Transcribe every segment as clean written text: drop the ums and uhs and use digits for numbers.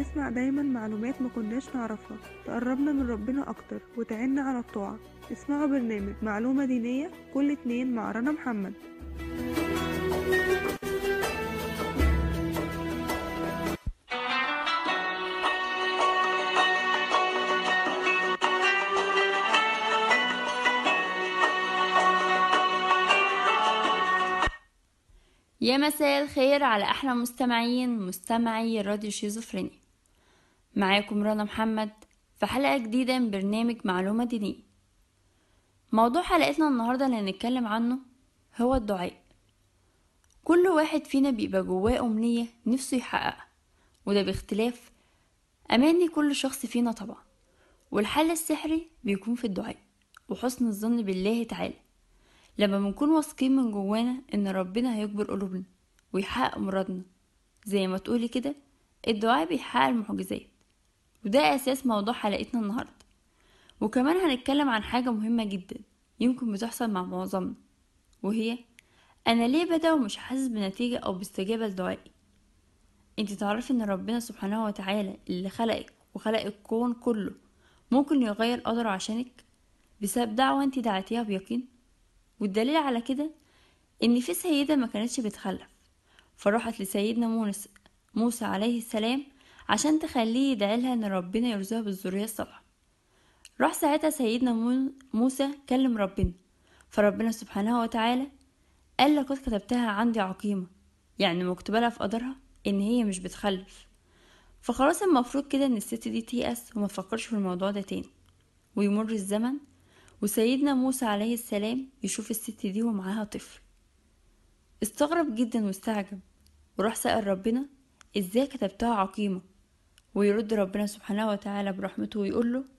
نسمع دايما معلومات ما كناش نعرفها تقربنا من ربنا أكتر وتعيننا على الطاعة. اسمعوا برنامج معلومة دينية كل اتنين مع رنا محمد. يا مساء الخير على أحلى مستمعي راديو شيزوفرينيا. معاكم رنا محمد في حلقة جديدة من برنامج معلومة دينية. موضوع حلقتنا النهاردة اللي هنتكلم عنه هو الدعاء. كل واحد فينا بيبقى جواه أمنية نفسه يحققها، وده باختلاف أماني كل شخص فينا طبعا. والحل السحري بيكون في الدعاء وحسن الظن بالله تعالى. لما بنكون واثقين من جوانا ان ربنا هيجبر قلوبنا ويحقق مرادنا، زي ما تقولي كده الدعاء بيحقق المعجزات. وده اساس موضوع حلقتنا النهارده. وكمان هنتكلم عن حاجة مهمة جدا يمكن بتحصل مع معظمنا، وهي انا ليه بدأ ومش حاسس بنتيجة او باستجابة لدعائي. انت تعرفي ان ربنا سبحانه وتعالى اللي خلقك وخلق الكون كله ممكن يغير قدره عشانك بسبب دعوة انت دعيتيها بيقين. والدليل على كده ان في سيدة ما كانتش بتخلف، فراحت لسيدنا موسى عليه السلام عشان تخليه يدعيلها ان ربنا يرزقها بالذرية الصالحة. راح ساعتها سيدنا موسى كلم ربنا، فربنا سبحانه وتعالى قال لقد كتبتها عندي عقيمة، يعني مكتوبة لها في قدرها ان هي مش بتخلف. فخلاص المفروض كده ان الست دي تيأس وما تفكرش في الموضوع ده تاني. ويمر الزمن وسيدنا موسى عليه السلام يشوف الست دي ومعاها طفل. استغرب جدا واستعجب، وراح سأل ربنا ازاي كتبتها عقيمة. ويرد ربنا سبحانه وتعالى برحمته ويقول له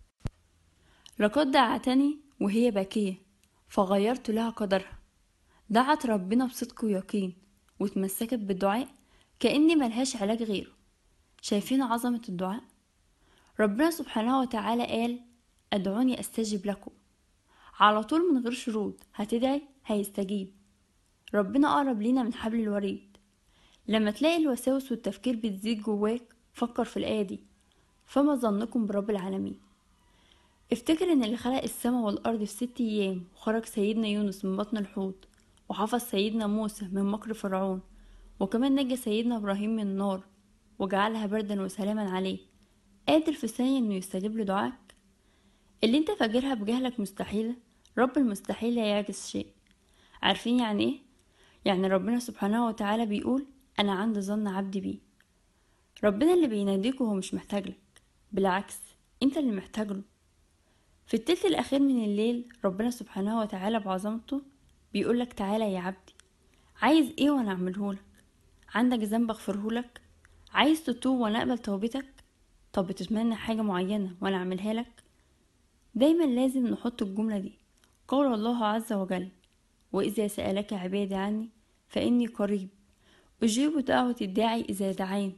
لقد دعتني وهي باكية فغيرت لها قدرها. دعت ربنا بصدق ويقين وتمسكت بالدعاء كأن ملهاش علاج غيره. شايفين عظمة الدعاء؟ ربنا سبحانه وتعالى قال ادعوني استجب لكم. على طول من غير شروط هتدعي هيستجيب. ربنا أقرب لينا من حبل الوريد. لما تلاقي الوساوس والتفكير بتزيد جواك فكر في الآية دي، فما ظنكم برب العالمين. افتكر ان اللي خلق السماء والأرض في 6 أيام، وخرج سيدنا يونس من بطن الحوت، وحفظ سيدنا موسى من مكر فرعون، وكمان نجى سيدنا إبراهيم من النار وجعلها بردا وسلاما عليه، قادر في ثانية انه يستجيب لدعائك. اللي انت فاكرها بجهلك مستحيلة، رب المستحيل لا يعجز شيء. عارفين يعني ايه؟ يعني ربنا سبحانه وتعالى بيقول انا عند ظن عبدي بيه. ربنا اللي بيناديك وهو مش محتاجلك، بالعكس انت اللي محتاجله. في التلت الاخير من الليل ربنا سبحانه وتعالى بعظمته بيقولك تعالى يا عبدي، عايز ايه وانا اعملهولك؟ عندك ذنب اغفرهولك؟ عايز تتوب وانا اقبل توبتك؟ طب بتتمنى حاجة معينة وانا اعملها لك؟ دايما لازم نحط الجملة دي. قول الله عز وجل وإذا سألك عبادي عني فإني قريب أجيب دعوة الداعي إذا دعان.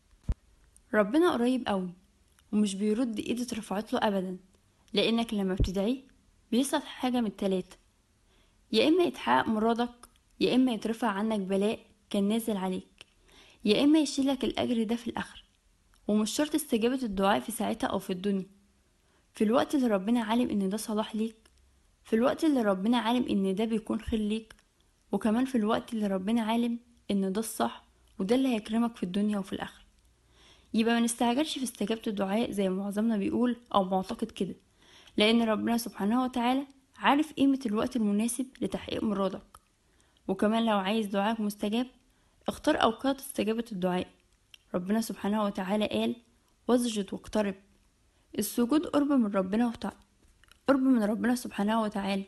ربنا قريب قوي ومش بيرد ايده اترفعت له ابدا، لانك لما بتدعيه بيحصل حاجه من التلاتة: يا اما يتحقق مرادك، يا اما يترفع عنك بلاء كان نازل عليك، يا اما يشيلك الاجر ده في الاخره. ومش شرط استجابه الدعاء في ساعتها او في الدنيا، في الوقت اللي ربنا عالم ان ده صلاح ليك، في الوقت اللي ربنا عالم ان ده بيكون خير ليك، وكمان في الوقت اللي ربنا عالم ان ده الصح وده اللي هيكرمك في الدنيا وفي الاخره. يبقى ما نستعجلش في استجابة الدعاء زي ما معظمنا بيقول أو معتقد كده، لأن ربنا سبحانه وتعالى عارف قيمة الوقت المناسب لتحقيق مرادك. وكمان لو عايز دعائك مستجاب اختار أوقات استجابة الدعاء. ربنا سبحانه وتعالى قال واسجد واقترب. السجود قرب من قرب من ربنا سبحانه وتعالى.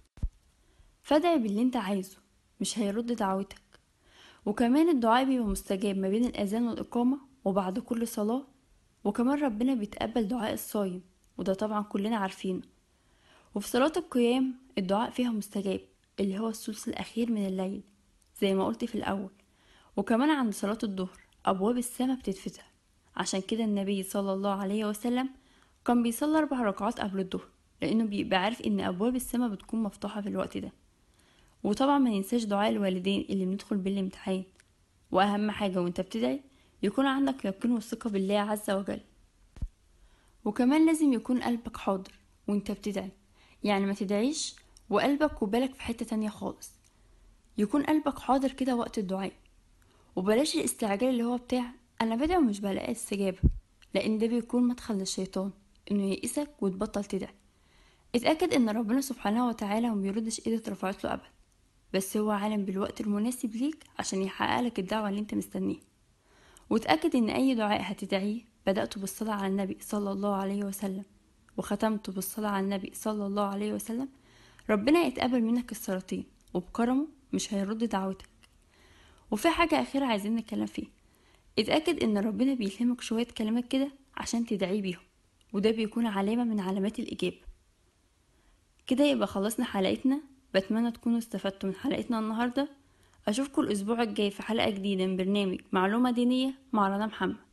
فادعي باللي انت عايزه، مش هيرد دعوتك. وكمان الدعاء بيبقى مستجاب ما بين الأذان والإقامة وبعد كل صلاة. وكمان ربنا بيتقبل دعاء الصايم، وده طبعا كلنا عارفينه. وفي صلاة القيام الدعاء فيها مستجاب، اللي هو الثلث الأخير من الليل زي ما قلت في الأول. وكمان عند صلاة الظهر أبواب السماء بتتفتح، عشان كده النبي صلى الله عليه وسلم كان بيصلي 4 ركعات قبل الظهر، لأنه بيبقى عارف إن أبواب السماء بتكون مفتوحة في الوقت ده. وطبعا ما ننساش دعاء الوالدين اللي بندخل بالامتحان. وأهم حاجة وانت بتدعي يكون عندك يقين وثقة بالله عز وجل. وكمان لازم يكون قلبك حاضر وانت بتدعي، يعني ما تدعيش وقلبك وبالك في حتة تانية خالص. يكون قلبك حاضر كده وقت الدعاء، وبلاش الاستعجال اللي هو بتاع انا بدعي ومش بلاقي استجابة، لان ده بيكون مدخل للشيطان انه يئسك وتبطل تدعي. اتأكد ان ربنا سبحانه وتعالى ما بيردش ايده اترفعت له ابدا، بس هو عالم بالوقت المناسب ليك عشان يحقق لك الدعوة اللي انت مستنيها. وتأكد ان اي دعاء هتدعيه بدأته بالصلاة على النبي صلى الله عليه وسلم وختمته بالصلاة على النبي صلى الله عليه وسلم، ربنا يتقبل منك الصلاتين، وبكرمه مش هيرد دعوتك. وفي حاجة أخيرة عايزين نتكلم فيها، اتأكد ان ربنا بيلهمك شوية كلمات كده عشان تدعي بيهم، وده بيكون علامة من علامات الإجابة. كده يبقى خلصنا حلقتنا. بتمنى تكونوا استفدتوا من حلقتنا النهاردة. أشوفكم الأسبوع الجاي في حلقة جديدة من برنامج معلومة دينية مع رنا محمد.